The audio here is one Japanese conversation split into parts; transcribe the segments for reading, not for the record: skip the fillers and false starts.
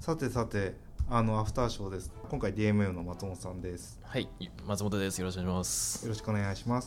さてさて、アフターショーです。今回 DMM の松本さんです。 はい、松本です。よろしくお願いします。 よろしくお願いします。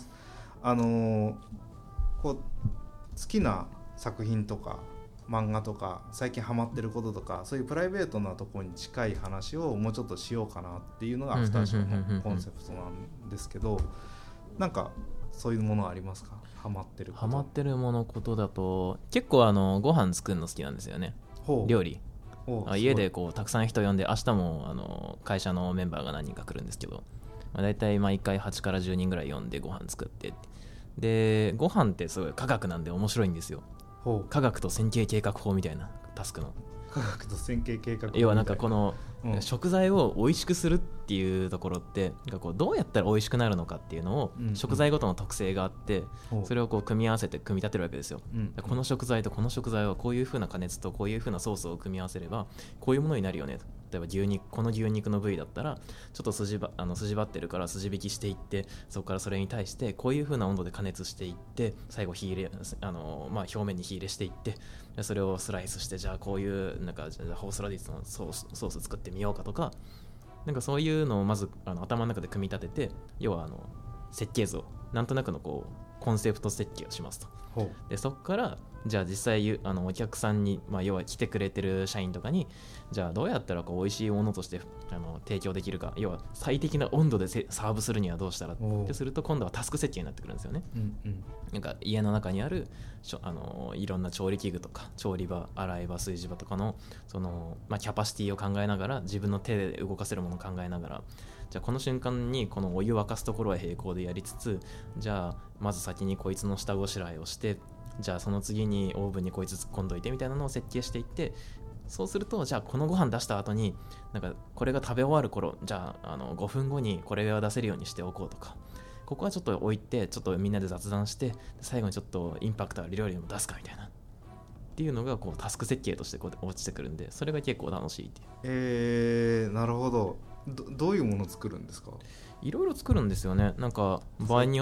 好きな作品とか漫画とか最近ハマってることとか、そういうプライベートなところに近い話をもうちょっとしようかなっていうのがアフターショーのコンセプトなんですけど、なんかそういうものありますか？ハマってること。 ハマってるものことだと結構ご飯作るの好きなんですよね。料理。家でこうたくさん人呼んで、明日も会社のメンバーが何人か来るんですけど、だいたい毎回8から10人ぐらい呼んでご飯作って、でご飯ってすごい科学なんで面白いんですよ。科学と線形計画法みたいなタスクの。 科学と線形計画法。 要はなんかこの食材を美味しくするっていうところってこうどうやったら美味しくなるのかっていうのを食材ごとの特性があって、それをこう組み合わせて組み立てるわけですよ。この食材とこの食材はこういう風な加熱とこういう風なソースを組み合わせればこういうものになるよね。例えばこの牛肉の部位だったらちょっと筋張ってるから筋引きしていって、そこからそれに対してこういう風な温度で加熱していって、最後表面に火入れしていって、それをスライスして、じゃあこういうなんかホースラディッツのソース作ってみようかとか、なんかそういうのをまず頭の中で組み立てて、要は設計図をなんとなくのこうコンセプト設計をしますと。でそこからじゃあ実際お客さんに、要は来てくれてる社員とかに、じゃあどうやったらこう美味しいものとして提供できるか、要は最適な温度でサーブするにはどうしたらってすると、今度はタスク設計になってくるんですよね。なんか家の中にあるいろんな調理器具とか調理場、洗い場、炊事場とかのキャパシティを考えながら、自分の手で動かせるものを考えながら、じゃあこの瞬間にこのお湯沸かすところは並行でやりつつ、じゃあまず先にこいつの下ごしらえをして、じゃあその次にオーブンにこいつ突っ込んどいてみたいなのを設計していって、そうするとじゃあこのご飯出した後になんかこれが食べ終わる頃、じゃあ5分後にこれが出せるようにしておこうとか、ここはちょっと置いてちょっとみんなで雑談して、最後にちょっとインパクトある料理も出すかみたいなっていうのがこうタスク設計としてこう落ちてくるんで、それが結構楽しいっていう。 なるほど。どういうものを作るんですか？ いろいろ作るんですよね。なんか場合によって、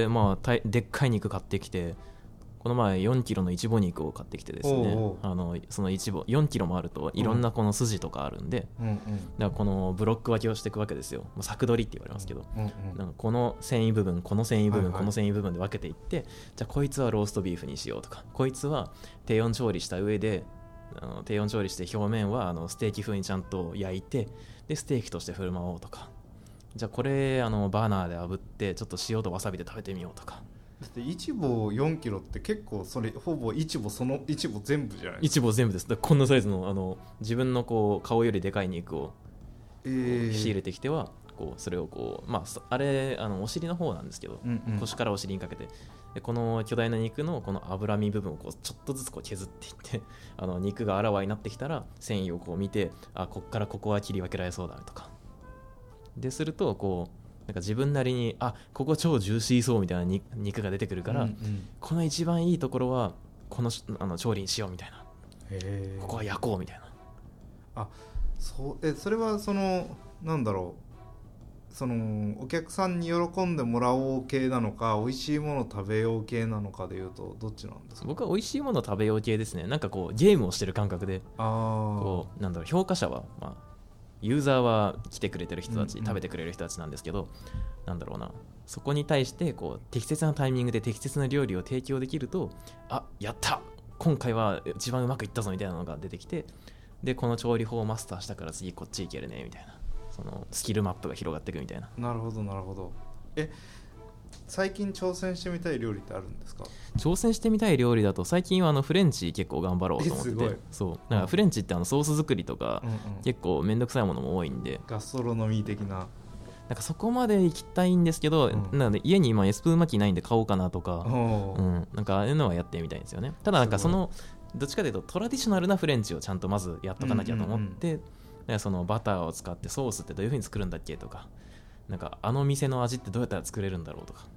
でっかい肉買ってきて、この前4キロのイチボ肉を買ってきてですね、そのイチボ4キロもあるといろんなこの筋とかあるんで、だからこのブロック分けをしていくわけですよ。柵取りって言われますけど、なんかこの繊維部分、この繊維部分、この繊維部分で分けていって、じゃあこいつはローストビーフにしようとか、こいつは低温調理した上で低温調理して表面はステーキ風にちゃんと焼いて、でステーキとして振る舞おうとか、じゃあこれバーナーで炙ってちょっと塩とわさびで食べてみようとか。 だってイチボ4キロって結構、それほぼイチボ全部じゃないですか。 イチボ全部です。だこんなサイズの自分のこう顔よりでかい肉を仕入れてきては、こうそれをこうあれお尻の方なんですけど、腰からお尻にかけて、でこの巨大な肉のこの脂身部分をこうちょっとずつこう削っていって肉があらわになってきたら繊維をこう見て、こっからここは切り分けられそうだとかですると、こうなんか自分なりにここ超ジューシーそうみたいな肉が出てくるから、この一番いいところはこの調理にしようみたいな、ここは焼こうみたいな。 それはなんだろう、お客さんに喜んでもらおう系なのか、美味しいもの食べよう系なのかでいうとどっちなんですか？ 僕は美味しいもの食べよう系ですね。なんかこうゲームをしてる感覚で、こうなんだろう、評価者はユーザーは来てくれてる人たち、食べてくれる人たちなんですけど、なんだろうな、そこに対してこう適切なタイミングで適切な料理を提供できると、やった今回は一番うまくいったぞみたいなのが出てきて、でこの調理法をマスターしたから次こっちいけるねみたいな、そのスキルマップが広がっていくみたいな。 なるほどなるほど。最近挑戦してみたい料理ってあるんですか？ 挑戦してみたい料理だと、最近はフレンチ結構頑張ろうと思ってて、そうなんかフレンチってソース作りとか、結構めんどくさいものも多いんで、 ガストロノミー的な、 なんかそこまで行きたいんですけど、なので家に今エスプー巻きないんで買おうかなとか、なんかああいうのはやってみたいんですよね。ただなんかどっちかというとトラディショナルなフレンチをちゃんとまずやっとかなきゃと思って、そのバターを使ってソースってどういう風に作るんだっけとか、なんか店の味ってどうやったら作れるんだろうとか。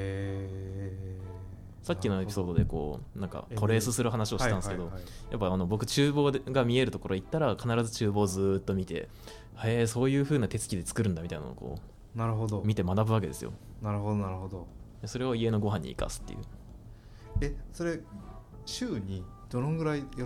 さっきのエピソードでこうなんかトレースする話をしたんですけど、やっぱ僕厨房が見えるところ行ったら必ず厨房をずっと見て、そういう風な手つきで作るんだみたいなのをこうなるほど見て学ぶわけですよ。 なるほどなるほど。 それを家のご飯に生かすっていう。 それ週にどのぐらいやるんですか？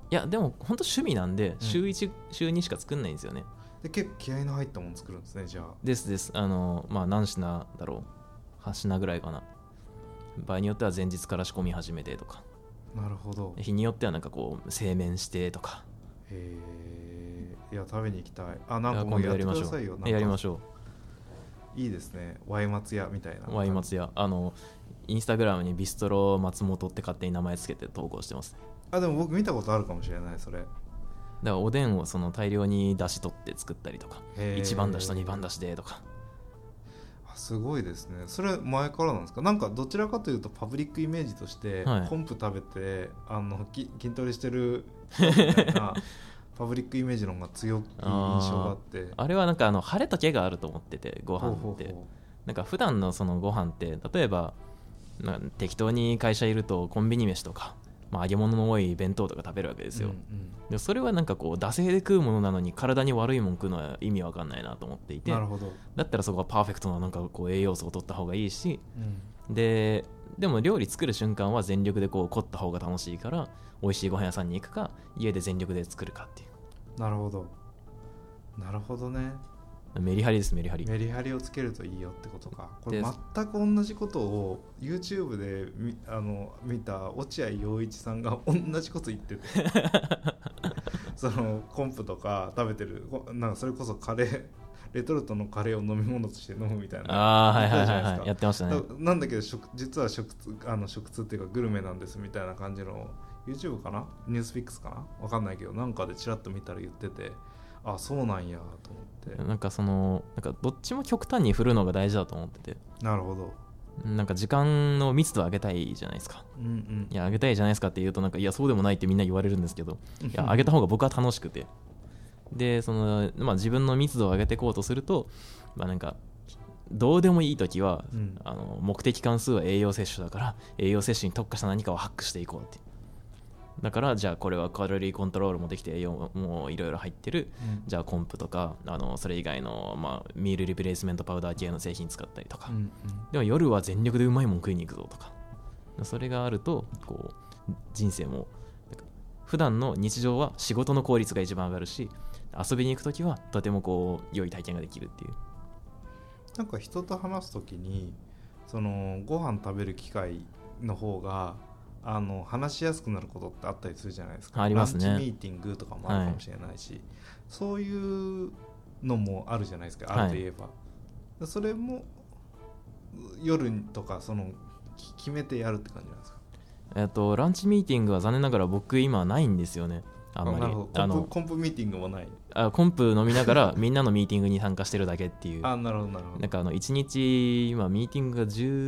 いやでも本当趣味なんで、週1週2しか作んないんですよね。 で結構気合いの入ったもの作るんですね。じゃあですまあ何品だろう、8品ぐらいかな。場合によっては前日から仕込み始めてとか。 なるほど。 日によってはなんかこう製麺してとか。 へえ。いや食べに行きたい。なんかもうやってくださいよ。 やりましょう。いいですね。ワイ松屋みたいな。 ワイ松屋、インスタグラムにビストロ松本って勝手に名前つけて投稿してます。 でも僕見たことあるかもしれない。それだからおでんをその大量に出し取って作ったりとか、1番出しと2番出しでとか。 すごいですね。それ前からなんですか？なんかどちらかというとパブリックイメージとして、コンプ食べて筋トレしてるみたいなパブリックイメージの方が強い印象があって、 あれはなんか晴れと毛があると思ってて、ご飯ってなんか普段のそのご飯って例えば適当に会社いるとコンビニ飯とか、揚げ物の多い弁当とか食べるわけですよ、でそれはなんかこう惰性で食うものなのに体に悪いもん食うのは意味わかんないなと思っていて、 なるほど。 だったらそこはパーフェクトななんかこう栄養素を取った方がいいし、でも料理作る瞬間は全力でこう凝った方が楽しいから、美味しいご飯屋さんに行くか家で全力で作るかっていう。 なるほどなるほどね。 メリハリです。メリハリをつけるといいよってことか。これ全く同じことを YouTube で見た落合陽一さんが同じこと言っててそのコンプとか食べてる、なんかそれこそレトルトのカレーを飲み物として飲むみたいな。 はいやってましたね。 なんだけど実は食通っていうかグルメなんですみたいな感じの YouTube かな、ニュースピックスかな、わかんないけどなんかでチラッと見たら言ってて、そうなんやと思って。 なんかどっちも極端に振るのが大事だと思ってて。 なるほど。 なんか時間の密度を上げたいじゃないですか、いや上げたいじゃないですかって言うとなんかいやそうでもないってみんな言われるんですけどいや上げた方が僕は楽しくて、で自分の密度を上げていこうとすると、なんかどうでもいい時は、目的関数は栄養摂取だから栄養摂取に特化した何かをハックしていこうって。だからじゃあこれはカロリーコントロールもできて栄養もいろいろ入ってる、じゃあコンプとかそれ以外の、ミールリプレイスメントパウダー系の製品使ったりとか、でも夜は全力でうまいもん食いに行くぞとか、それがあるとこう人生も普段の日常は仕事の効率が一番上がるし、遊びに行くときはとてもこう良い体験ができるっていう。 なんか人と話すときにご飯食べる機会の方が話しやすくなることってあったりするじゃないですか。 ありますね。 ランチミーティングとかもあるかもしれないし、そういうのもあるじゃないですか、あるといえば、それも夜とか決めてやるって感じなんですか？ ランチミーティングは残念ながら僕今ないんですよね。あんまりコンプミーティングもない。 コンプ飲みながらみんなのミーティングに参加してるだけっていうなるほどなるほど。 なんか1日今ミーティングが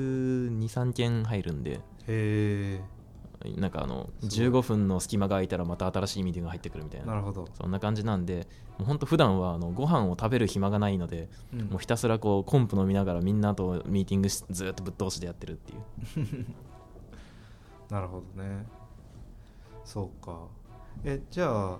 12、3件入るんで、 へー、なんか15分の隙間が空いたらまた新しいミーティングが入ってくるみたいな。 なるほど。 そんな感じなんで、もう本当普段はご飯を食べる暇がないので、もうひたすらこうコンプ飲みながらみんなとミーティングずっとぶっ通しでやってるっていうなるほどね。そうか。じゃあ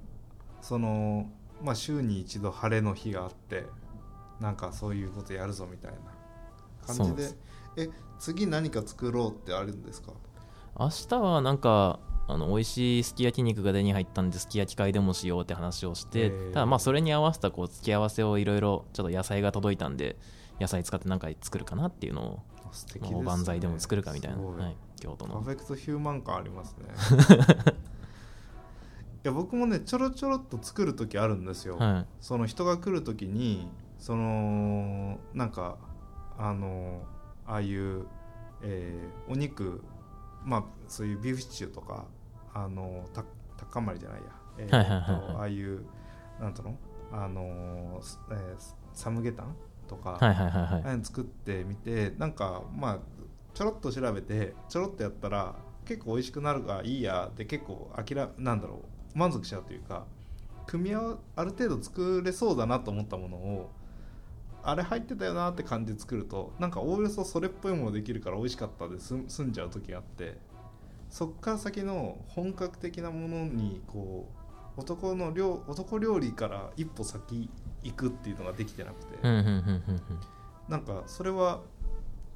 週に一度晴れの日があってなんかそういうことやるぞみたいな感じで、次何か作ろうってあるんですか？ 明日はなんか美味しいすき焼き肉が手に入ったんですき焼き会でもしようって話をして、ただそれに合わせたこう付け合わせをいろいろちょっと野菜が届いたんで野菜使って何か作るかなっていうのを、 素敵ですね、 おばんざいでも作るかみたいな、京都のパーフェクトヒューマン感ありますねいや僕もねちょろちょろっと作る時あるんですよ、人が来る時になんかああいう、お肉、そういうビーフシチューとかタッカンマリじゃないや、ああいうなんとのサムゲタンとか、作ってみてなんかちょろっと調べてちょろっとやったら結構美味しくなるからいいやって結構満足しちゃうというか、ある程度作れそうだなと思ったものをあれ入ってたよなって感じで作るとなんかおおよそそれっぽいものできるから美味しかったで済んじゃう時があって、そっから先の本格的なものにこう男料理から一歩先行くっていうのができてなくて、なんかそれは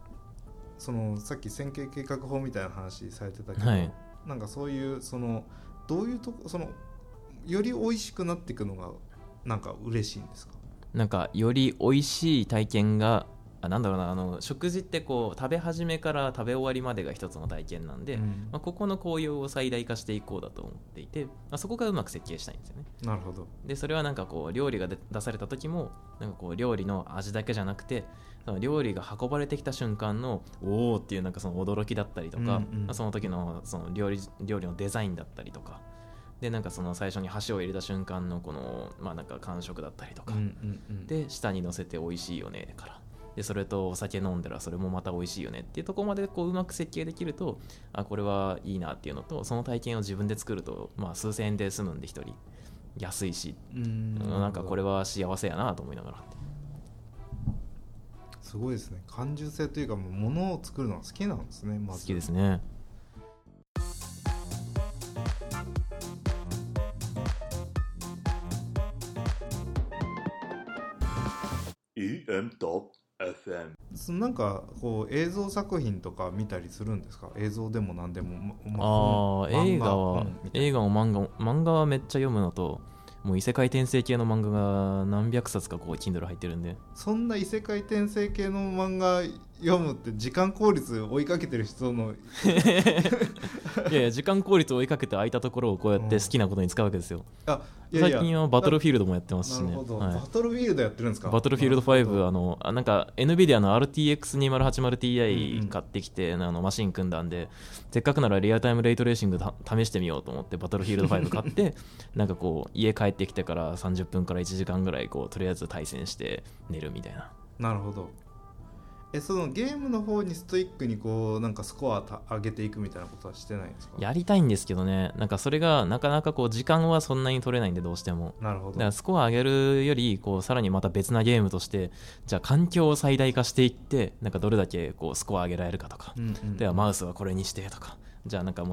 さっき線形計画法みたいな話されてたけど、なんかそういうどういうとこより美味しくなっていくのがなんか嬉しいんですか？ なんかより美味しい体験がなんだろうな、食事ってこう食べ始めから食べ終わりまでが一つの体験なんで、ここの効用を最大化していこうだと思っていて、そこがうまく設計したいんですよね。 なるほど。 でそれはなんかこう料理が出された時もなんかこう料理の味だけじゃなくて、その料理が運ばれてきた瞬間のおーっていうなんかその驚きだったりとか、その時のその料理のデザインだったりとかで、なんかその最初に箸を入れた瞬間のこのなんか感触だったりとか、で舌に乗せて美味しいよねから、でそれとお酒飲んだらそれもまた美味しいよねっていうところまでこううまく設計できると、これはいいなっていうのと、その体験を自分で作ると数千円で済むんで1人安いし、なんかこれは幸せやなと思いながら。 すごいですね。感受性というかもう物を作るのが好きなんですね。まず好きですね。 EM.FM。なんかこう映像作品とか見たりするんですか？映像でも何でも、 映画も漫画はめっちゃ読むのと、もう異世界転生系の漫画が何百冊かこう Kindle 入ってるんで。 そんな異世界転生系の漫画読むって時間効率追いかけてる人のいや時間効率を追いかけて空いたところをこうやって好きなことに使うわけですよ。最近はバトルフィールドもやってますしね。 なるほど、バトルフィールドやってるんですか？ バトルフィールド5、なんか NVIDIA の RTX2080Ti 買ってきて、マシン組んだんで、せっかくならリアルタイムレイトレーシング試してみようと思ってバトルフィールド5買ってなんかこう家帰ってきてから30分から1時間ぐらいこうとりあえず対戦して寝るみたいな。 なるほど。そのゲームの方にストイックにこうなんかスコア上げていくみたいなことはしてないんですか？ やりたいんですけどね、なんかそれがなかなかこう時間はそんなに取れないんで、どうしても。 なるほど。 だからスコア上げるよりこうさらにまた別なゲームとして、じゃあ環境を最大化していって、なんかどれだけこうスコア上げられるかとか、ではマウスはこれにしてとか、じゃあなんかもう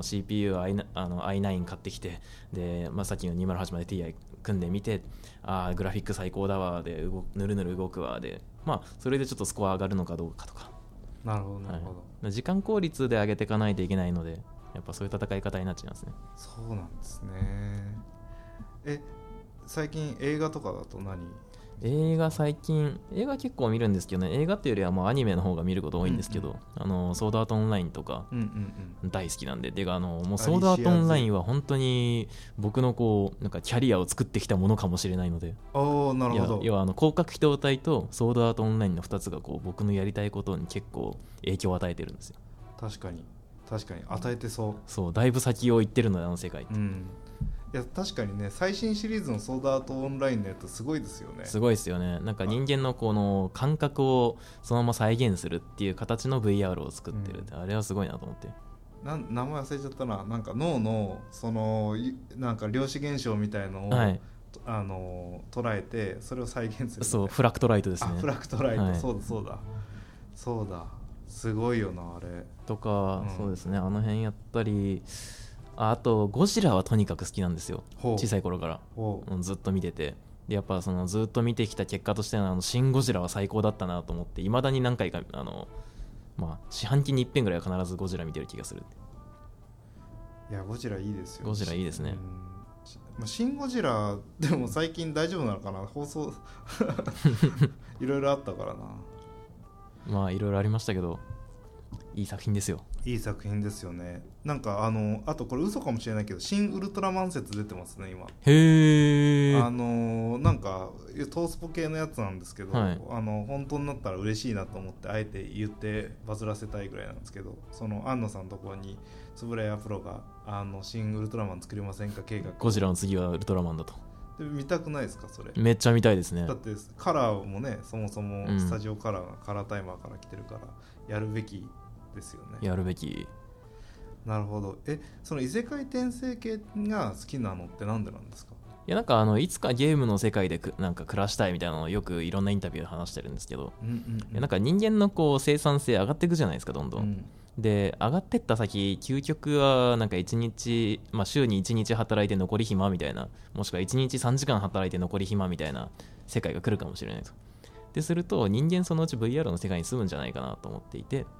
CPU i9 買ってきて、で、さっきの2080まで Ti 組んでみて、グラフィック最高だわでぬるぬる動くわで、それでちょっとスコア上がるのかどうかとか。 なるほどなるほど、 時間効率で上げていかないといけないので、やっぱそういう戦い方になっちゃいますね。 そうなんですね。最近映画とかだと最近映画結構見るんですけどね。映画っていうよりはもうアニメの方が見ること多いんですけど、ソードアートオンラインとか大好きなんで、てかもうソードアートオンラインは本当に僕のこうなんかキャリアを作ってきたものかもしれないので。 なるほど。 要は広角機動隊とソードアートオンラインの2つがこう僕のやりたいことに結構影響を与えてるんですよ。 確かに与えてそうだいぶ先を行ってるので世界って、 いや確かにね、最新シリーズのソードアートオンラインのやつすごいですよね。 すごいですよね。なんか人間のこの感覚をそのまま再現するっていう形の VR を作ってる、あれはすごいなと思って。 名前忘れちゃったな。なんか脳のそのなんか量子現象みたいのを、捉えてそれを再現するみたいな。 そうフラクトライトですね。 フラクトライト、そうだすごいよなあれとか、そうですね、あの辺やったり、あとゴジラはとにかく好きなんですよ。小さい頃からずっと見てて、でやっぱそのずっと見てきた結果としてシン・ゴジラは最高だったなと思って、いまだに何回か四半期に一遍ぐらいは必ずゴジラ見てる気がする。 いやゴジラいいですよ。 ゴジラいいですね。 シン・ゴジラでも最近大丈夫なのかな、放送いろいろあったからな。 いろいろありましたけど、いい作品ですよ。 いい作品ですよね。なんかあとこれ嘘かもしれないけど、新ウルトラマン説出てますね今。 へえ。 なんかトースポ系のやつなんですけど、本当になったら嬉しいなと思ってあえて言ってバズらせたいぐらいなんですけど、その安野さんのところに円谷プロが新ウルトラマン作りませんか計画。 ゴジラの次はウルトラマンだと。 で見たくないですかそれ？ めっちゃ見たいですね。 だってカラーもね、そもそもスタジオカラーがカラータイマーから来てるからやるべきですよね。 やるべき。 なるほど。その異世界転生系が好きなのってなんでなんですか？ いやなんかいつかゲームの世界でなんか暮らしたいみたいなのをよくいろんなインタビューで話してるんですけど、なんか人間のこう生産性上がっていくじゃないですかどんどん、で上がってった先究極はなんか1日、週に1日働いて残り暇みたいな、もしくは1日3時間働いて残り暇みたいな世界が来るかもしれないと。ですると人間そのうち VR の世界に住むんじゃないかなと思っていて、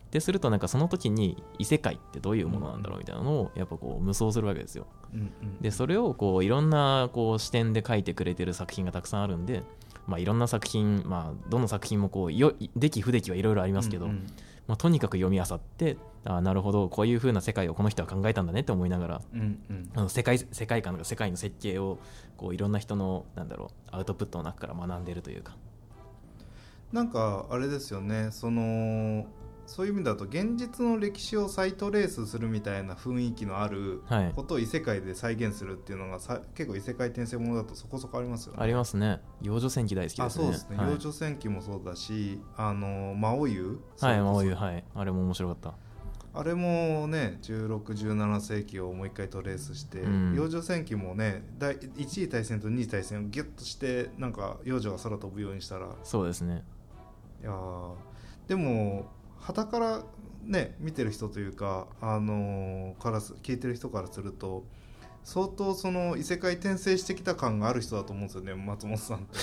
でするとなんかその時に異世界ってどういうものなんだろうみたいなのをやっぱこう無双するわけですよ、でそれをこういろんなこう視点で書いてくれてる作品がたくさんあるんで、まあ、いろんな作品、まあ、どの作品もこう出来不出来はいろいろありますけど、まあ、とにかく読み漁ってなるほどこういう風な世界をこの人は考えたんだねって思いながら、世界観とか世界の設計をこういろんな人のなんだろうアウトプットの中から学んでるというか、 なんかあれですよね、そういう意味だと現実の歴史を再トレースするみたいな雰囲気のあることを異世界で再現するっていうのが結構異世界転生ものだとそこそこありますよね。 ありますね。幼女戦記大好きですね。 そうですね、幼女戦記もそうだし魔王湯、 魔王湯、あれも面白かった。 あれもね16、17世紀をもう一回トレースして、幼女戦記もね1次大戦と2次大戦をギュッとしてなんか幼女が空飛ぶようにしたら、 そうですね。 いやでも傍からね見てる人というか、聞いてる人からすると相当その異世界転生してきた感がある人だと思うんですよね、松本さんって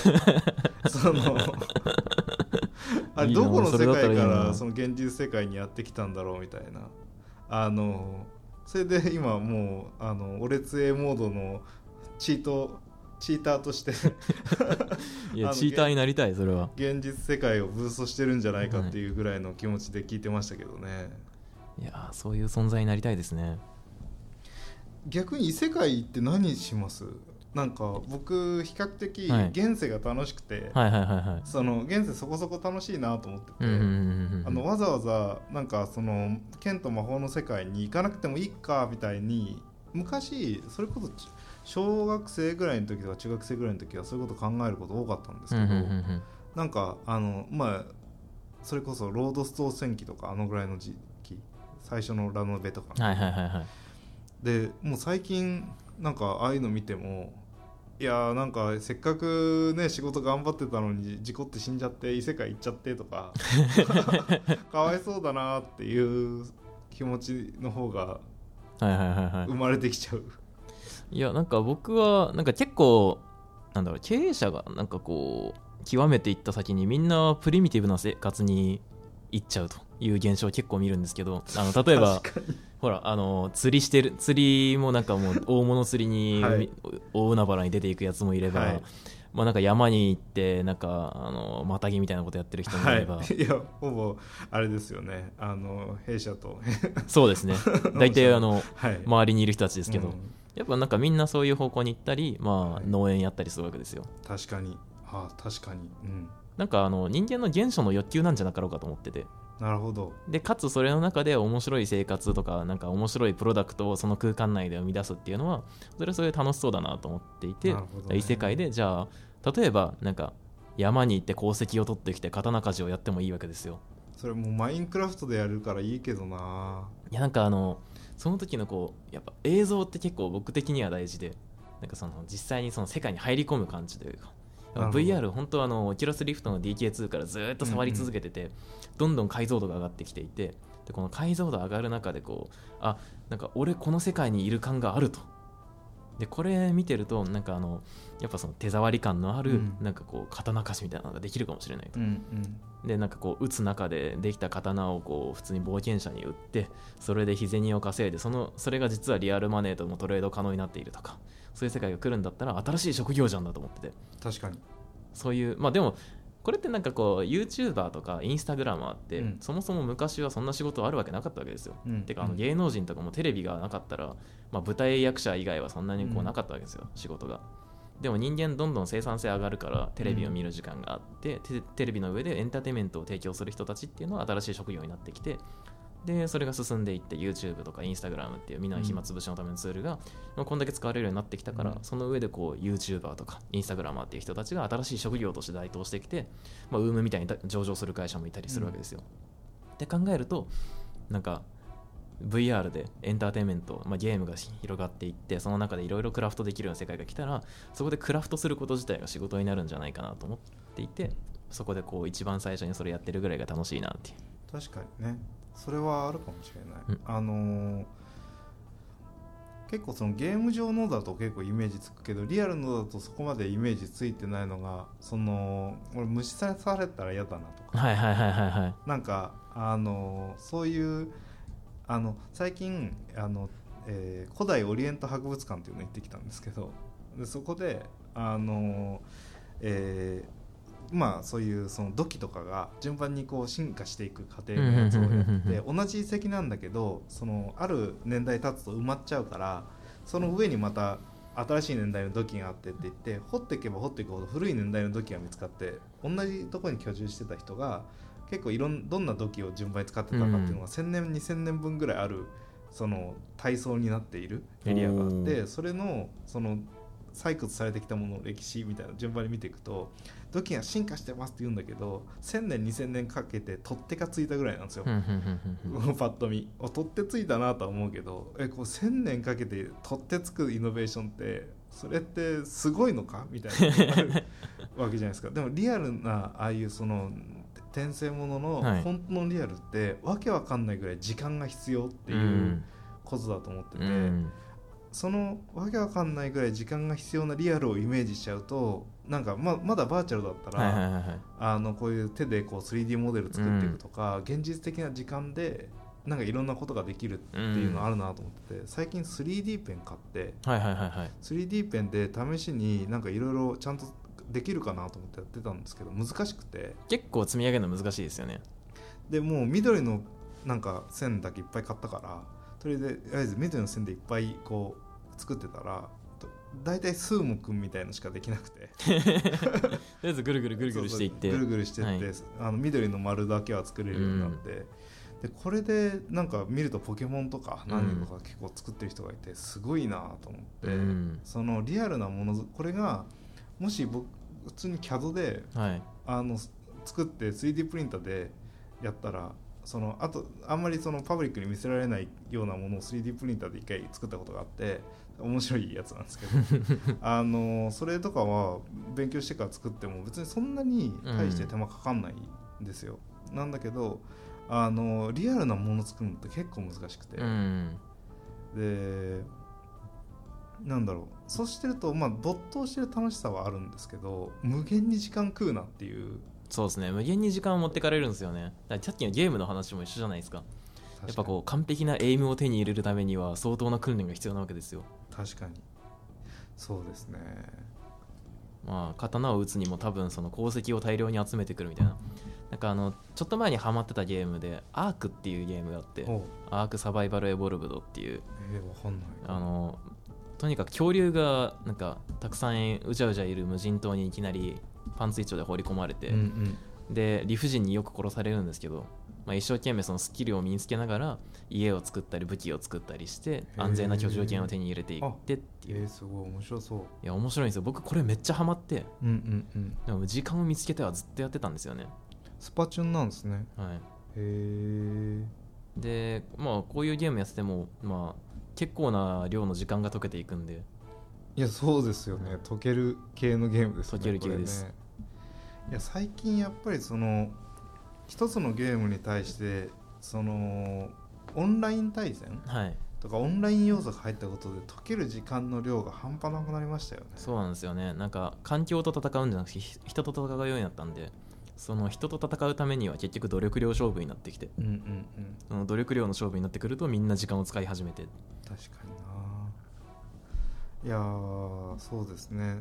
あれどこの世界からその現実世界にやってきたんだろうみたいな、それで今もうオレツエモードのチーターとしていやチーターになりたい。それは現実世界をブーストしてるんじゃないかっていうぐらいの気持ちで聞いてましたけどね、 いやそういう存在になりたいですね。 逆に異世界って何します？なんか僕比較的現世が楽しくて、その現世そこそこ楽しいなと思ってて、わざわざなんかその剣と魔法の世界に行かなくてもいいかみたいに、昔それこそ小学生ぐらいの時とか中学生ぐらいの時はそういうこと考えること多かったんですけど、なんかまあそれこそロードストー戦記とかぐらいの時期、最初のラノベとか、でもう最近なんかああいうの見ても、いやなんかせっかくね仕事頑張ってたのに事故って死んじゃって異世界行っちゃってとかかわいそうだなっていう気持ちの方が生まれてきちゃう。 いやなんか僕はなんか結構なんだろう、経営者がなんかこう極めていった先にみんなプリミティブな生活に行っちゃうという現象を結構見るんですけど、例えばほら釣りもなんかもう大物釣りに、大海原に出ていくやつもいれば、まあ、なんか山に行ってなんかマタギみたいなことやってる人もいれば、 いやほぼあれですよね、弊社とそうですね、大体周りにいる人たちですけど、やっぱなんかみんなそういう方向に行ったり、まあ、農園やったりするわけですよ。 確かに確かに、 なんか人間の原初の欲求なんじゃなかろうかと思ってて。 なるほど。でかつそれの中で面白い生活とかなんか面白いプロダクトをその空間内で生み出すっていうのはそれはそれで楽しそうだなと思っていて、異世界でじゃあ例えばなんか山に行って鉱石を取ってきて刀鍛冶をやってもいいわけですよ。 それもうマインクラフトでやるからいいけどな。 いやなんかその時のこうやっぱ映像って結構僕的には大事で、なんかその実際にその世界に入り込む感じというか、VR 本当オキュラスリフトの DK2 からずっと触り続けてて、どんどん解像度が上がってきていて、でこの解像度上がる中でこうなんか俺この世界にいる感があると。でこれ見てるとなんかやっぱその手触り感のある、なんかこう刀鍛冶みたいなのができるかもしれないと、でなんかこう打つ中でできた刀をこう普通に冒険者に売ってそれで日銭を稼いでそれが実はリアルマネーともトレード可能になっているとか、そういう世界が来るんだったら新しい職業じゃんだと思ってて。 確かにそういうまあでもこれってなんかこう YouTuber とかインスタグラマーって、そもそも昔はそんな仕事あるわけなかったわけですよ、てか芸能人とかもテレビがなかったら、まあ、舞台役者以外はそんなにこうなかったわけですよ、仕事が。でも人間どんどん生産性上がるからテレビを見る時間があって、テレビの上でエンターテインメントを提供する人たちっていうのは新しい職業になってきて、でそれが進んでいって YouTube とか Instagram っていうみんな暇つぶしのためのツールが、こんだけ使われるようになってきたから、その上でこう YouTuber とか Instagramer っていう人たちが新しい職業として台頭してきて、まあ、UM みたいに上場する会社もいたりするわけですよ、って考えるとなんか VR でエンターテインメント、まあ、ゲームが広がっていって、その中でいろいろクラフトできるような世界が来たら、そこでクラフトすること自体が仕事になるんじゃないかなと思っていて、そこでこう一番最初にそれやってるぐらいが楽しいなっていう。 確かにね、それはあるかもしれない、 結構そのゲーム上のだと結構イメージつくけど、リアルのだとそこまでイメージついてないのが、その俺無視されたら嫌だなとか、 はいはいはいはいはい、 なんかそういう最近古代オリエント博物館っていうのに行ってきたんですけど、でそこでまあそういうその土器とかが順番にこう進化していく過程のやつをやってて、同じ遺跡なんだけど、そのある年代経つと埋まっちゃうから、その上にまた新しい年代の土器があってって言って、掘っていけば掘っていくほど古い年代の土器が見つかって、同じところに居住してた人が結構どんな土器を順番に使ってたかっていうのが1000年2000年分ぐらいあるその体操になっているエリアがあって、それのその採掘されてきたものの歴史みたいな順番に見ていくと、土器が進化してますって言うんだけど、1000年2000年かけて取っ手がついたぐらいなんですよパッと見取っ手ついたなとは思うけど、こう1000年かけて取っ手つくイノベーションってそれってすごいのかみたいなあるわけじゃないですか。でもリアルなああいうその転生ものの本当のリアルってわけわかんないぐらい時間が必要っていうことだと思ってて、そのわけわかんないぐらい時間が必要なリアルをイメージしちゃうと、なんか まだバーチャルだったら、こういう手でこう 3D モデル作っていくとか、現実的な時間でなんかいろんなことができるっていうのあるなと思ってて、最近 3D ペン買って、3D ペンで試しになんかいろいろちゃんとできるかなと思ってやってたんですけど、難しくて結構積み上げるの難しいですよね。 でもう緑のなんか線だけいっぱい買ったから、とりあえず緑の線でいっぱいこう作ってたら、だいたいスーモくんみたいのしかできなくてとりあえずぐるぐるぐるぐるしていってぐるぐるしていって、緑の丸だけは作れるようになって、でこれでなんか見るとポケモンとか何人とか結構作ってる人がいてすごいなと思って、そのリアルなもの、これがもし僕普通に CAD で、作って 3D プリンターでやったら、あとあんまりそのパブリックに見せられないようなものを 3D プリンターで一回作ったことがあって、面白いやつなんですけどそれとかは勉強してから作っても別にそんなに大して手間かかんないんですよ、なんだけどリアルなもの作るのって結構難しくて、でなんだろう、そうしてると没頭してる楽しさはあるんですけど、無限に時間食うなっていう。 そうですね、無限に時間を持ってかれるんですよね。だからさっきのゲームの話も一緒じゃないですか。やっぱこう完璧なエイムを手に入れるためには相当な訓練が必要なわけですよ。 確かにそうですね。 刀を打つにも多分その鉱石を大量に集めてくるみたいな、なんかちょっと前にハマってたゲームでアークっていうゲームがあって、アークサバイバルエボルブドっていう、 わかんない。 とにかく恐竜がなんかたくさんうじゃうじゃいる無人島にいきなりパンツ一丁で放り込まれて、で理不尽によく殺されるんですけど、一生懸命そのスキルを身につけながら家を作ったり武器を作ったりして安全な居住権を手に入れていってっていう。 すごい面白そう。 いや面白いんですよ。僕これめっちゃハマって、でも時間を見つけてはずっとやってたんですよね。 スパチュンなんですね。 でこういうゲームやってても結構な量の時間が解けていくんで。 いやそうですよね、解ける系のゲームですね。 解ける系です、 いや最近やっぱりその一つのゲームに対してそのオンライン対戦、とかオンライン要素が入ったことで解ける時間の量が半端なくなりましたよね。 そうなんですよね。なんか環境と戦うんじゃなくて人と戦うようになったんで、その人と戦うためには結局努力量勝負になってきて、その努力量の勝負になってくるとみんな時間を使い始めて。 確かにな。いやそうですね。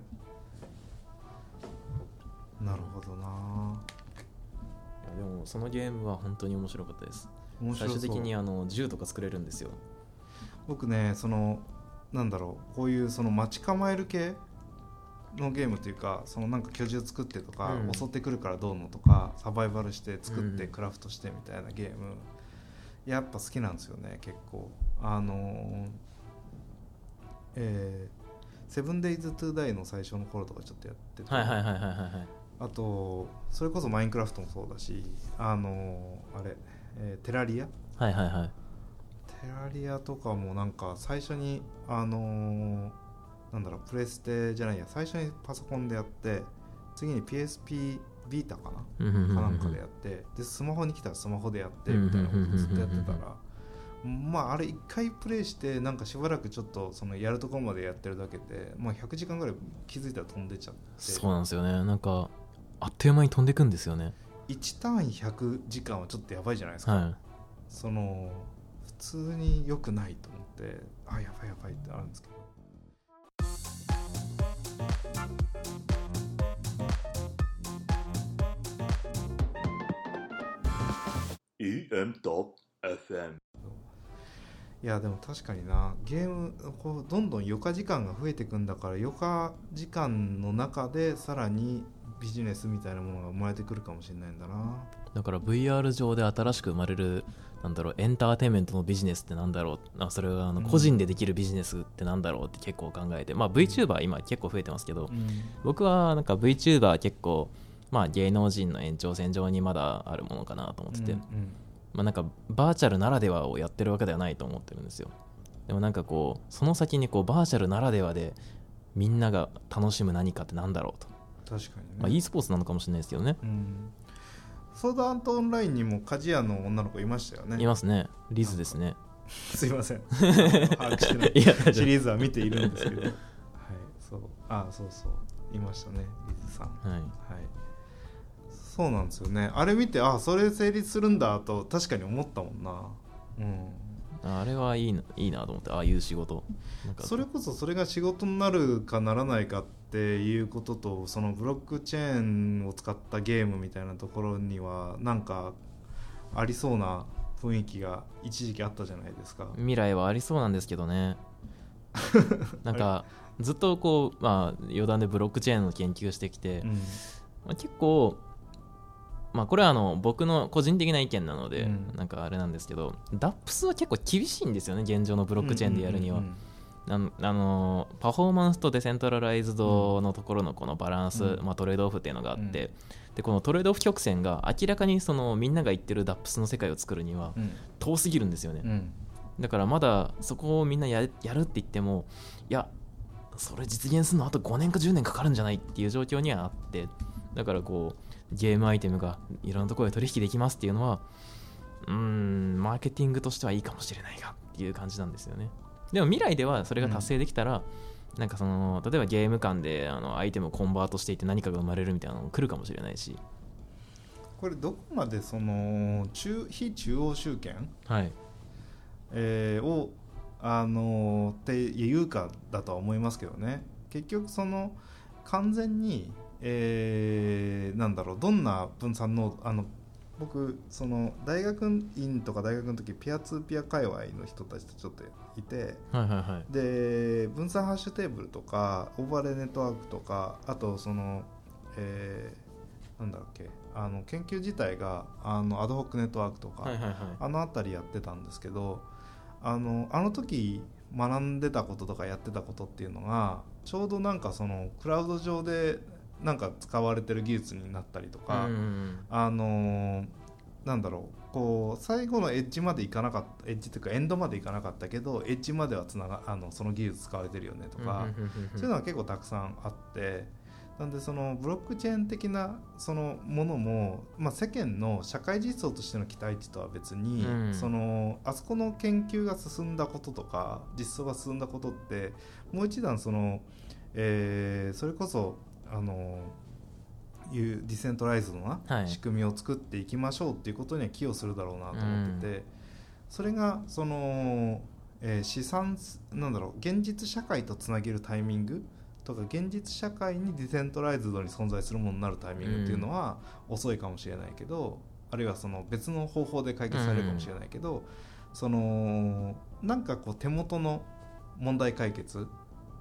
なるほどな。 でもそのゲームは本当に面白かったです。最終的に銃とか作れるんですよ。 僕ね、そのなんだろう、こういうその待ち構える系のゲームというか、そのなんか居住作ってとか、襲ってくるからどうのとか、サバイバルして作ってクラフトしてみたいなゲーム、やっぱ好きなんですよね結構。セブンデイズトゥダイの最初の頃とかちょっとやってて、あとそれこそマインクラフトもそうだし、テラリア、テラリアとかもなんか最初になんだろう、プレステじゃないや、最初にパソコンでやって、次に PSP ビータかなかなんかでやって、でスマホに来たらスマホでやってみたいなことずっとやってたら、 まああれ1回プレイしてなんかしばらくちょっとそのやるところまでやってるだけで、まあ、100時間ぐらい気づいたら飛んでちゃって。 そうなんですよね。なんかあっという間に飛んでくんですよね。 1単位100時間はちょっとやばいじゃないですか、 はい、 その普通に良くないと思って、あ、やばいやばいってあるんですけど。 EM.FM。 いやでも確かにな、ゲームこうどんどん余暇時間が増えていくんだから、余暇時間の中でさらにビジネスみたいなものが生まれてくるかもしれないんだな。 だから VR 上で新しく生まれるなんだろうエンターテインメントのビジネスってなんだろう、それは個人でできるビジネスってなんだろうって結構考えて、まあ VTuber 今結構増えてますけど、僕はなんか VTuber 結構まあ芸能人の延長線上にまだあるものかなと思ってて、まあなんかバーチャルならではをやってるわけではないと思ってるんですよ。でもなんかこうその先にこうバーチャルならではでみんなが楽しむ何かってなんだろうと。 確かにね、 まあ e スポーツなのかもしれないですけどね。 ソードアートオンラインにも鍛冶屋の女の子いましたよね。 いますね。リズですね。 すいません把握してないシリーズは見ているんですけどはい、そういましたね、リズさん。はい、そうなんですよね。あれ見て、あ、それ成立するんだと確かに思ったもんな。 あれはいいなと思って、ああいう仕事なんかそれこそそれが仕事になるかならないかっていうことと、そのブロックチェーンを使ったゲームみたいなところにはなんかありそうな雰囲気が一時期あったじゃないですか。 未来はありそうなんですけどねなんかずっとこう、まあ、余談でブロックチェーンの研究してきて、まあ、結構まあ、これは僕の個人的な意見なので、なんかあれなんですけど、DAPS は結構厳しいんですよね、現状のブロックチェーンでやるには。パフォーマンスとデセントラライズドのところのこのバランス、まあ、トレードオフっていうのがあって、でこのトレードオフ曲線が明らかにそのみんなが言ってる DAPS の世界を作るには遠すぎるんですよね。だからまだそこをみんなやるって言っても、いやそれ実現するのあと5年か10年かかるんじゃないっていう状況にはあって、だからこうゲームアイテムがいろんなところで取引できますっていうのはマーケティングとしてはいいかもしれないがっていう感じなんですよね。でも未来ではそれが達成できたら、なんかその例えばゲーム間でアイテムをコンバートしていって何かが生まれるみたいなのも来るかもしれないし、 これどこまでその非中央集権、をっていうかだとは思いますけどね。結局その完全になんだろう、どんな分散の僕その大学院とか大学の時ピアツーピア界隈の人たちとちょっといて、で分散ハッシュテーブルとかオーバーレイネットワークとか、あとその、なんだっけ、研究自体がアドホックネットワークとか、あの辺りやってたんですけど、あの時学んでたこととかやってたことっていうのがちょうどなんかそのクラウド上でなんか使われてる技術になったりとか、なんだろう、こう最後のエッジまでいかなかった、エッジというかエンドまでいかなかったけどエッジまではその技術使われてるよねとか、そういうのは結構たくさんあって、なんでそのブロックチェーン的なそのものも、まあ、世間の社会実装としての期待値とは別に、そのあそこの研究が進んだこととか実装が進んだことってもう一段その、それこそいうディセントライズドな仕組みを作っていきましょうっていうことには寄与するだろうなと思ってて、それがその、資産なんだろう、現実社会とつなげるタイミングとか現実社会にディセントライズドに存在するものになるタイミングっていうのは遅いかもしれないけど、あるいはその別の方法で解決されるかもしれないけど、そのなんかこう手元の問題解決、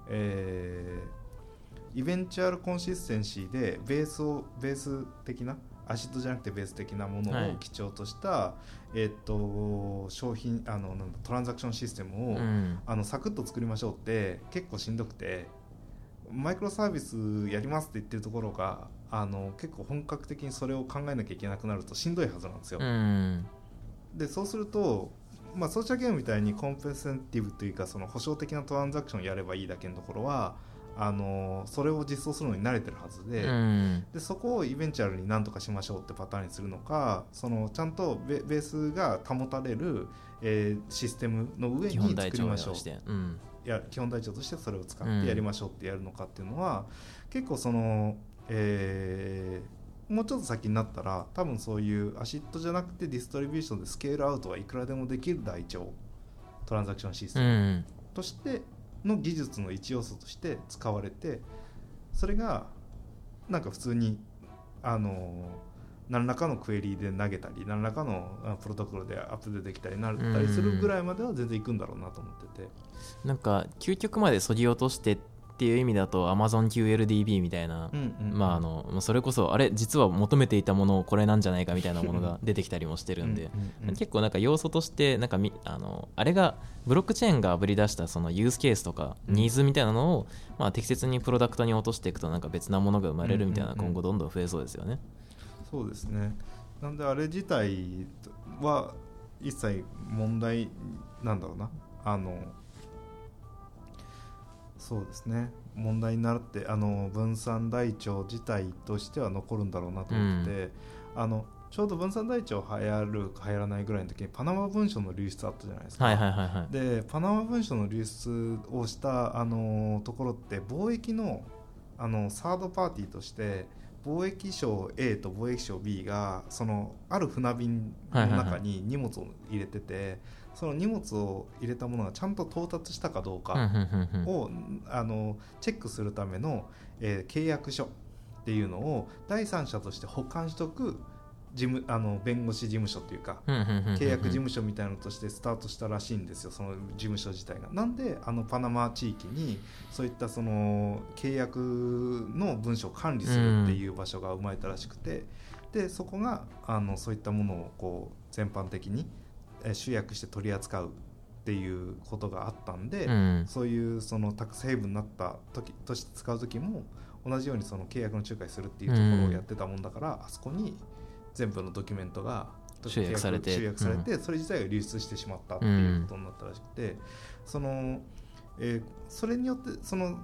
イベンチュアルコンシステンシーでベース的なアシッドじゃなくてベース的なものを基調とした、商品なんだトランザクションシステムを、サクッと作りましょうって結構しんどくて、マイクロサービスやりますって言ってるところが結構本格的にそれを考えなきゃいけなくなるとしんどいはずなんですよ。でそうすると、まあ、ソーシャルゲームみたいにコンペンセンティブというかその保証的なトランザクションやればいいだけのところはそれを実装するのに慣れてるはずで、でそこをイベンチュアルに何とかしましょうってパターンにするのか、ちゃんとベースが保たれる、システムの上に作りましょう、いや基本台帳としてそれを使ってやりましょうってやるのかっていうのは、結構もうちょっと先になったら多分そういうアシッドじゃなくてディストリビューションでスケールアウトはいくらでもできる台帳トランザクションシステムとしての技術の一要素として使われて、それがなんか普通に何らかのクエリで投げたり何らかのプロトコルでアップデートできたりなったりするぐらいまでは全然いくんだろうなと思ってて、 なんか究極まで削ぎ落としてっていう意味だと AmazonQLDB みたいな、それこそあれ実は求めていたものこれなんじゃないかみたいなものが出てきたりもしてるんで結構なんか要素としてなんかあれがブロックチェーンがあぶり出したそのユースケースとかニーズみたいなのを、適切にプロダクトに落としていくとなんか別なものが生まれるみたいな今後どんどん増えそうですよね。 そうですね。なんであれ自体は一切問題なんだろうな、そうですね、問題になって分散台帳自体としては残るんだろうなと思ってて、ちょうど分散台帳流行る流行らないぐらいの時にパナマ文書の流出あったじゃないですか、でパナマ文書の流出をしたところって貿易のサードパーティーとして貿易商 A と貿易商 B がある船便の中に荷物を入れてて、その荷物を入れたものがちゃんと到達したかどうかをチェックするための、契約書っていうのを第三者として保管しておく弁護士事務所っていうか契約事務所みたいなのとしてスタートしたらしいんですよ、その事務所自体が。なんでパナマ地域にそういった契約の文書を管理するっていう場所が生まれたらしくて、でそこがそういったものをこう全般的に集約して取り扱うっていうことがあったんで、そういうタックスヘイブンになった時として使う時も同じように契約の仲介するっていうところをやってたもんだから、あそこに全部のドキュメントが集約されて、 それ自体が流出してしまったっていうことになったらしくて、それによってその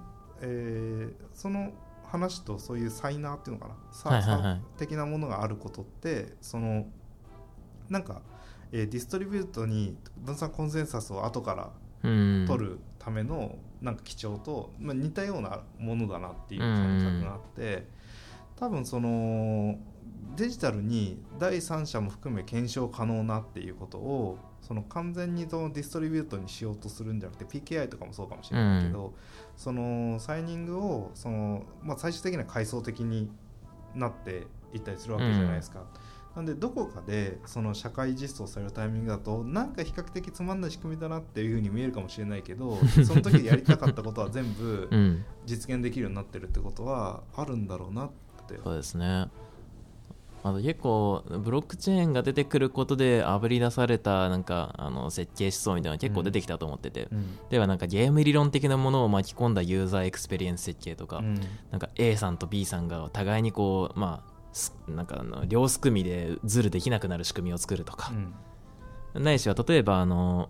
話とそういうサイナーっていうのかな、的なものがあることってなんかディストリビュートに分散コンセンサスを後から取るためのなんか基調と、似たようなものだなっていう感覚があって、多分デジタルに第三者も含め検証可能なっていうことを完全にディストリビュートにしようとするんじゃなくて PKI とかもそうかもしれないけど、サイニングを最終的には階層的になっていったりするわけじゃないですか、なんでどこかで社会実装されるタイミングだとなんか比較的つまんない仕組みだなっていう風に見えるかもしれないけどその時やりたかったことは全部実現できるようになってるってことはあるんだろうなって。 そうですね。結構ブロックチェーンが出てくることであぶり出されたなんか設計思想みたいなのが結構出てきたと思ってて、ではなんかゲーム理論的なものを巻き込んだユーザーエクスペリエンス設計とか、なんか A さんと B さんが互いにこうなんか両すくみでズルできなくなる仕組みを作るとか、ないしは例えば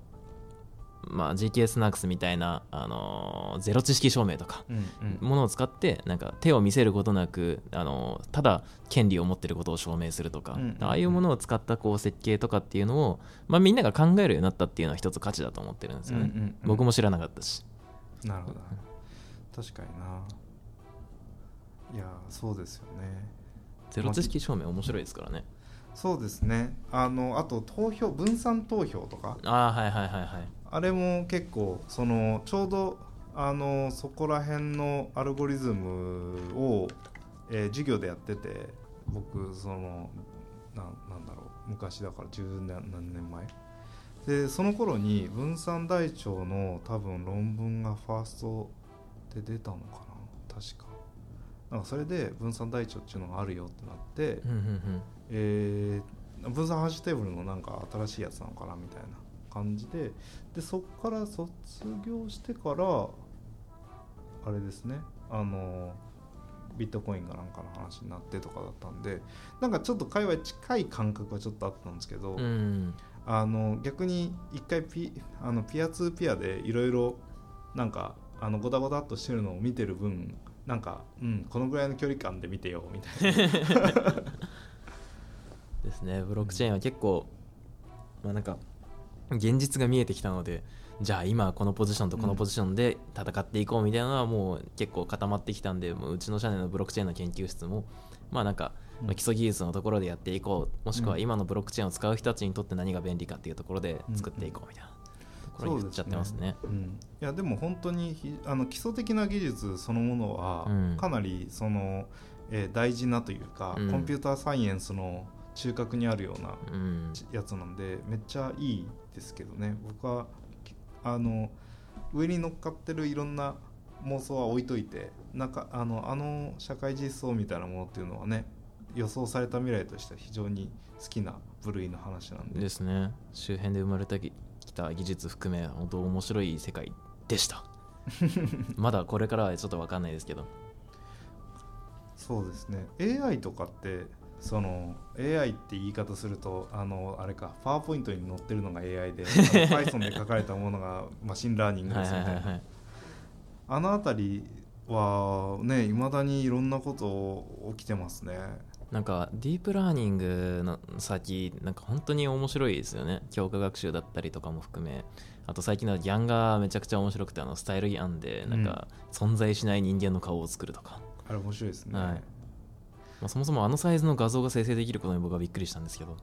GTS ナークスみたいな、ゼロ知識証明とかものを使ってなんか手を見せることなくただ権利を持っていることを証明するとか、ああいうものを使ったこう設計とかっていうのを、みんなが考えるようになったっていうのは一つ価値だと思ってるんですよね、僕も知らなかったし。 なるほど、確かにな。いやそうですよね。 ゼロ知識証明面白いですからね。 そうですね。あと分散投票とか、あれも結構ちょうどそこら辺のアルゴリズムを、授業でやってて、僕なんだろう、昔だから10何年前で、その頃に分散台帳の多分論文がファーストで出たのかな、確か。なんかそれで分散台帳っていうのがあるよってなって、分散ハッシュテーブルのなんか新しいやつなのかなみたいな感じで、そこから卒業してからあれですね、ビットコインかなんかの話になってとかだったんで、なんかちょっと界隈近い感覚はちょっとあったんですけど、逆に一回ピアツーピアでいろいろなんかゴタゴタっとしてるのを見てる分なんか、このぐらいの距離感で見てよみたいなですね。ブロックチェーンは結構、なんか現実が見えてきたので、じゃあ今このポジションとこのポジションで戦っていこうみたいなのはもう結構固まってきたんで、もううちの社内のブロックチェーンの研究室もなんか基礎技術のところでやっていこう、もしくは今のブロックチェーンを使う人たちにとって何が便利かっていうところで作っていこうみたいなところに言っちゃってますね。 いやでも本当に基礎的な技術そのものはかなりその、大事なというか、コンピューターサイエンスの中核にあるようなやつなんで、めっちゃいいですけどね。僕は上に乗っかってるいろんな妄想は置いといて、社会実装みたいなものっていうのはね、予想された未来としては非常に好きな部類の話なんでですね。周辺で生まれてきた技術含め本当面白い世界でしたまだこれからはちょっと分かんないですけど。 そうですね。 AI とかってその AI って言い方するとあれか、パワーポイントに載ってるのが AI でPython で書かれたものがマシンラーニングですみたいな、あのあたりはね、未だにいろんなこと起きてますね。 なんかディープラーニングの先、なんか本当に面白いですよね。強化学習だったりとかも含め、あと最近のギャンがめちゃくちゃ面白くて、スタイルギャンでなんか存在しない人間の顔を作るとか、 あれ面白いですね。 そもそもサイズの画像が生成できることに僕はびっくりしたんですけど、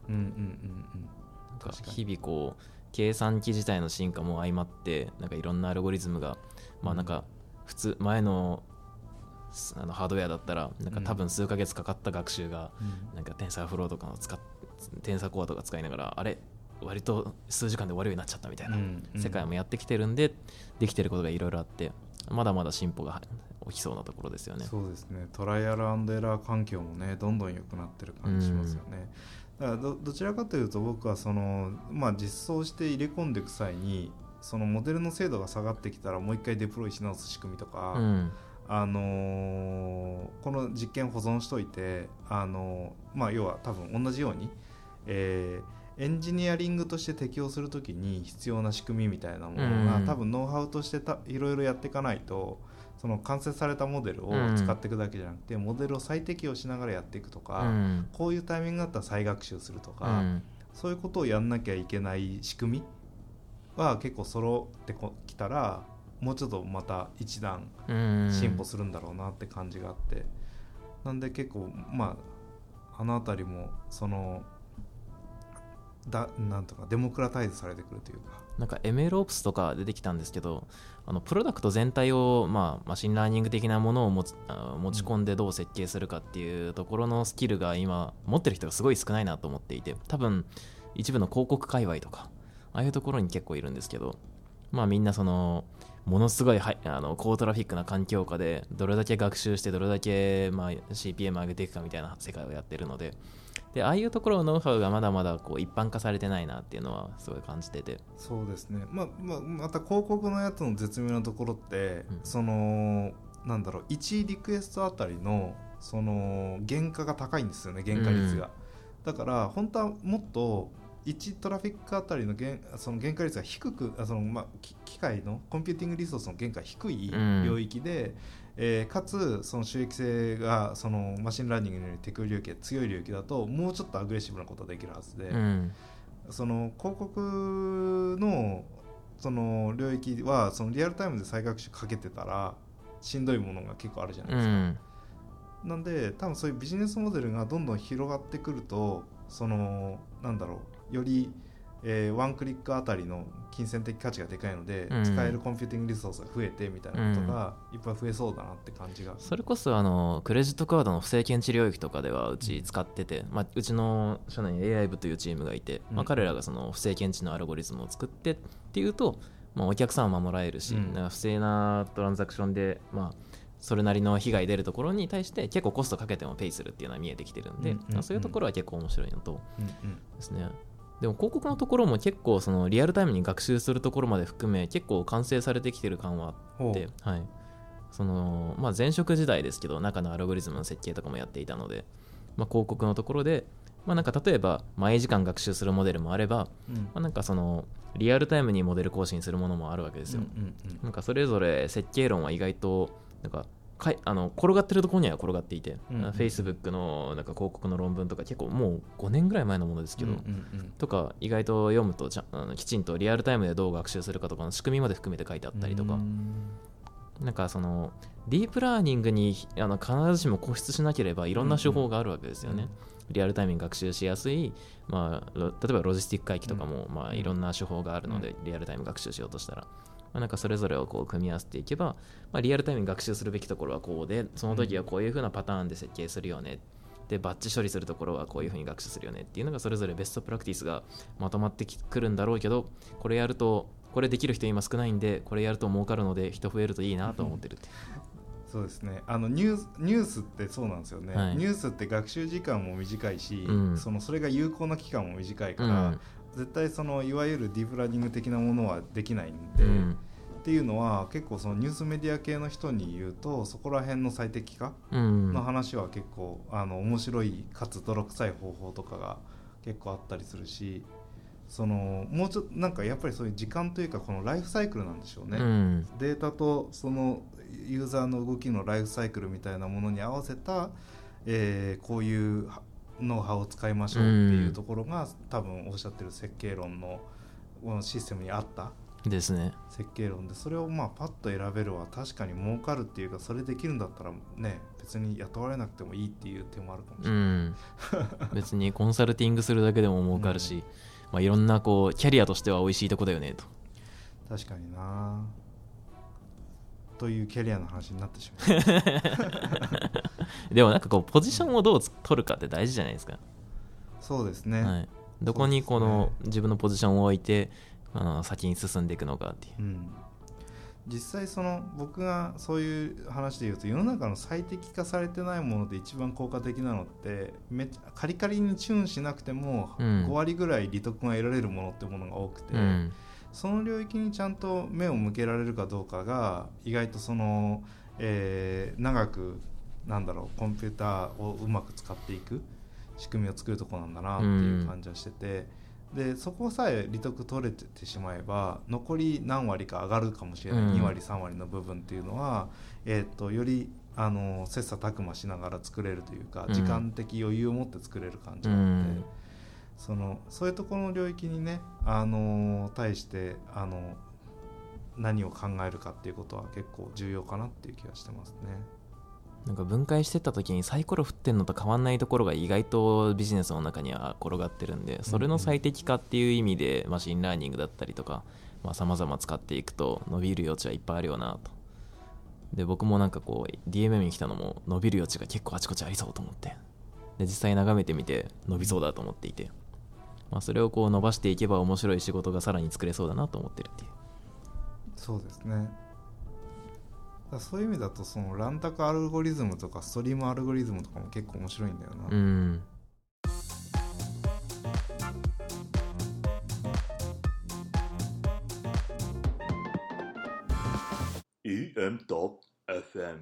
日々こう計算機自体の進化も相まって、なんかいろんなアルゴリズムが、なんか普通前のハードウェアだったらなんか多分数ヶ月かかった学習が、なんかテンサーフローとかのテンサーコアとか使いながら、あれ割と数時間で終わるようになっちゃったみたいな世界もやってきてるんで、できてることがいろいろあって、まだまだ進歩が起きそうなところですよね。 そうですね。トライアル&エラー環境もね、どんどん良くなってる感じしますよね。だからどちらかというと僕はその、実装して入れ込んでいく際に、そのモデルの精度が下がってきたらもう一回デプロイし直す仕組みとか、この実験保存しといて、要は多分同じように、エンジニアリングとして適用するときに必要な仕組みみたいなものが、多分ノウハウとしていろいろやっていかないと、その完成されたモデルを使っていくだけじゃなくて、モデルを再適用しながらやっていくとか、こういうタイミングだったら再学習するとか、そういうことをやんなきゃいけない仕組みは結構揃ってきたら、もうちょっとまた一段進歩するんだろうなって感じがあって、なんで結構あのあたりもそのなんとかデモクラタイズされてくるというか、 なんか MLOps とか出てきたんですけど、プロダクト全体を、マシンラーニング的なものを持ち込んでどう設計するかっていうところのスキルが今持ってる人がすごい少ないなと思っていて、多分一部の広告界隈とかああいうところに結構いるんですけど、みんなそのものすごい高トラフィックな環境下でどれだけ学習してどれだけCPM 上げていくかみたいな世界をやってるので、ああいうところのノウハウがまだまだこう一般化されてないなっていうのはすごい感じてて。 そうですね。また広告のやつの絶妙なところって、その1リクエストあたりのその原価が高いんですよね、原価率が。だから本当はもっと1トラフィックあたりのその原価率が低く、機械のコンピューティングリソースの原価が低い領域で、かつその収益性がそのマシンラーニングよりテク領域が強い領域だと、もうちょっとアグレッシブなことができるはずで、その広告のその領域はそのリアルタイムで再学習かけてたらしんどいものが結構あるじゃないですか。なんで多分そういうビジネスモデルがどんどん広がってくると、そのよりワンクリックあたりの金銭的価値がでかいので、使えるコンピューティングリソースが増えてみたいなことがいっぱい増えそうだなって感じが、 それこそクレジットカードの不正検知領域とかではうち使ってて、うちの社内に AI 部というチームがいて、彼らがその不正検知のアルゴリズムを作ってっていうと、お客さんは守られるし、不正なトランザクションでそれなりの被害出るところに対して結構コストかけてもペイするっていうのは見えてきてるんで、そういうところは結構面白いのとですね。でも広告のところも結構そのリアルタイムに学習するところまで含め結構完成されてきてる感はあって、その前職時代ですけど中のアルゴリズムの設計とかもやっていたので、広告のところでなんか例えば毎時間学習するモデルもあれば、なんかそのリアルタイムにモデル更新するものもあるわけですよ。なんかそれぞれ設計論は意外となんか転がってるところには転がっていて、Facebook のなんか広告の論文とか結構もう5年ぐらい前のものですけど、とか意外と読むときちんとリアルタイムでどう学習するかとかの仕組みまで含めて書いてあったりとか、なんかそのディープラーニングに必ずしも固執しなければいろんな手法があるわけですよね。リアルタイムに学習しやすい、例えばロジスティック回帰とかも、いろんな手法があるので、リアルタイム学習しようとしたら、なんかそれぞれをこう組み合わせていけば、リアルタイムに学習するべきところはこうで、その時はこういう風なパターンで設計するよね、でバッチ処理するところはこういう風に学習するよねっていうのがそれぞれベストプラクティスがまとまってくるんだろうけど、これやるとこれできる人今少ないんで、これやると儲かるので人増えるといいなと思ってるって。 そうですね、ニュースってそうなんですよね、ニュースって学習時間も短いし、それが有効な期間も短いから、絶対いわゆるディープラーニング的なものはできないんで、っていうのは結構そのニュースメディア系の人に言うと、そこら辺の最適化の話は結構面白いかつ泥臭い方法とかが結構あったりするし、もうちょっとなんかやっぱりそういう時間というかこのライフサイクルなんでしょうね、データとそのユーザーの動きのライフサイクルみたいなものに合わせた、こういうノウハウを使いましょうっていうところが、多分おっしゃってる設計論のこのシステムに合ったですね設計論で、それをパッと選べるは確かに儲かるっていうか、それできるんだったらね、別に雇われなくてもいいっていう手もあるかもしれない、 別にコンサルティングするだけでも儲かるし、いろんなこうキャリアとしては美味しいとこだよねと。 確かになというキャリアの話になってしまうでもなんかこうポジションをどう取るかって大事じゃないですか。 そうですね、 どこにこの自分のポジションを置いて先に進んでいくのかっていう、 実際僕がそういう話で言うと、世の中の最適化されてないもので一番効果的なのってカリカリにチューンしなくても5割ぐらい利得が得られるものってものが多くて、その領域にちゃんと目を向けられるかどうかが意外と長くコンピューターをうまく使っていく仕組みを作るところなんだなっていう感じはしてて、でそこさえ利得取れてしまえば残り何割か上がるかもしれない、2割3割の部分っていうのは、より切磋琢磨しながら作れるというか、時間的余裕を持って作れる感じなので、そういうところの領域にね、対して何を考えるかっていうことは結構重要かなっていう気がしてますね。 なんか分解してった時にサイコロ振ってんのと変わんないところが意外とビジネスの中には転がってるんで、それの最適化っていう意味でマシンラーニングだったりとか様々使っていくと伸びる余地はいっぱいあるよなと。で僕もなんかこう DMM に来たのも伸びる余地が結構あちこちありそうと思って、で実際眺めてみて伸びそうだと思っていて、それをこう伸ばしていけば面白い仕事がさらに作れそうだなと思ってるっていう。 そうですね。そういう意味だとランタクアルゴリズムとかストリームアルゴリズムとかも結構面白いんだよな。EM.FM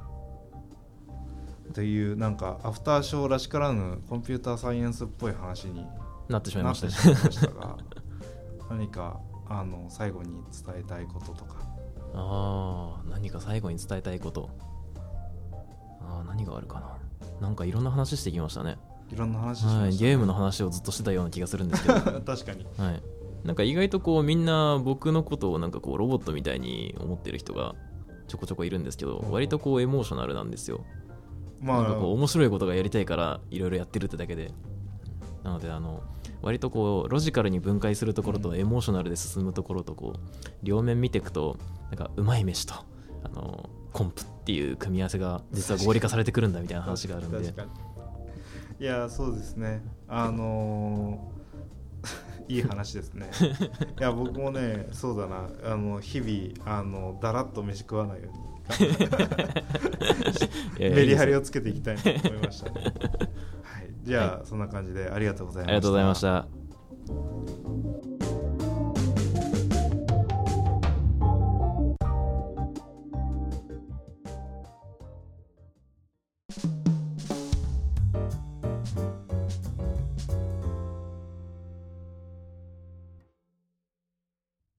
というなんかアフターショーらしからぬコンピューターサイエンスっぽい話になってしまいましたが何か最後に伝えたいこととか。 何か最後に伝えたいこと、何があるかな。なんかいろんな話してきましたね。 いろんな話しましたね、 ゲームの話をずっとしてたような気がするんですけど確かに、 なんか意外とこうみんな僕のことをなんかこうロボットみたいに思ってる人がちょこちょこいるんですけど、割とこうエモーショナルなんですよ。なんかこう面白いことがやりたいからいろいろやってるってだけで、なので割とこうロジカルに分解するところとエモーショナルで進むところとこう両面見ていくと、なんかうまい飯とコンプっていう組み合わせが実は合理化されてくるんだみたいな話があるんでいやそうですね、いい話ですねいや僕もねそうだな、日々だらっと飯食わないようにメリハリをつけていきたいなと思いましたねはい、じゃあ、そんな感じでありがとうございました。 ありがとうございました。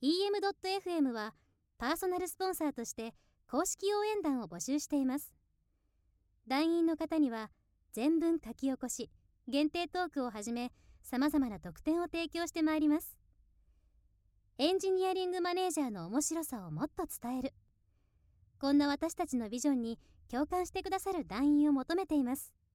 EM.FM はパーソナルスポンサーとして公式応援団を募集しています。団員の方には全文書き起こし、限定トークをはじめ様々な特典を提供してまいります。エンジニアリングマネージャーの面白さをもっと伝える、こんな私たちのビジョンに共感してくださる団員を求めています。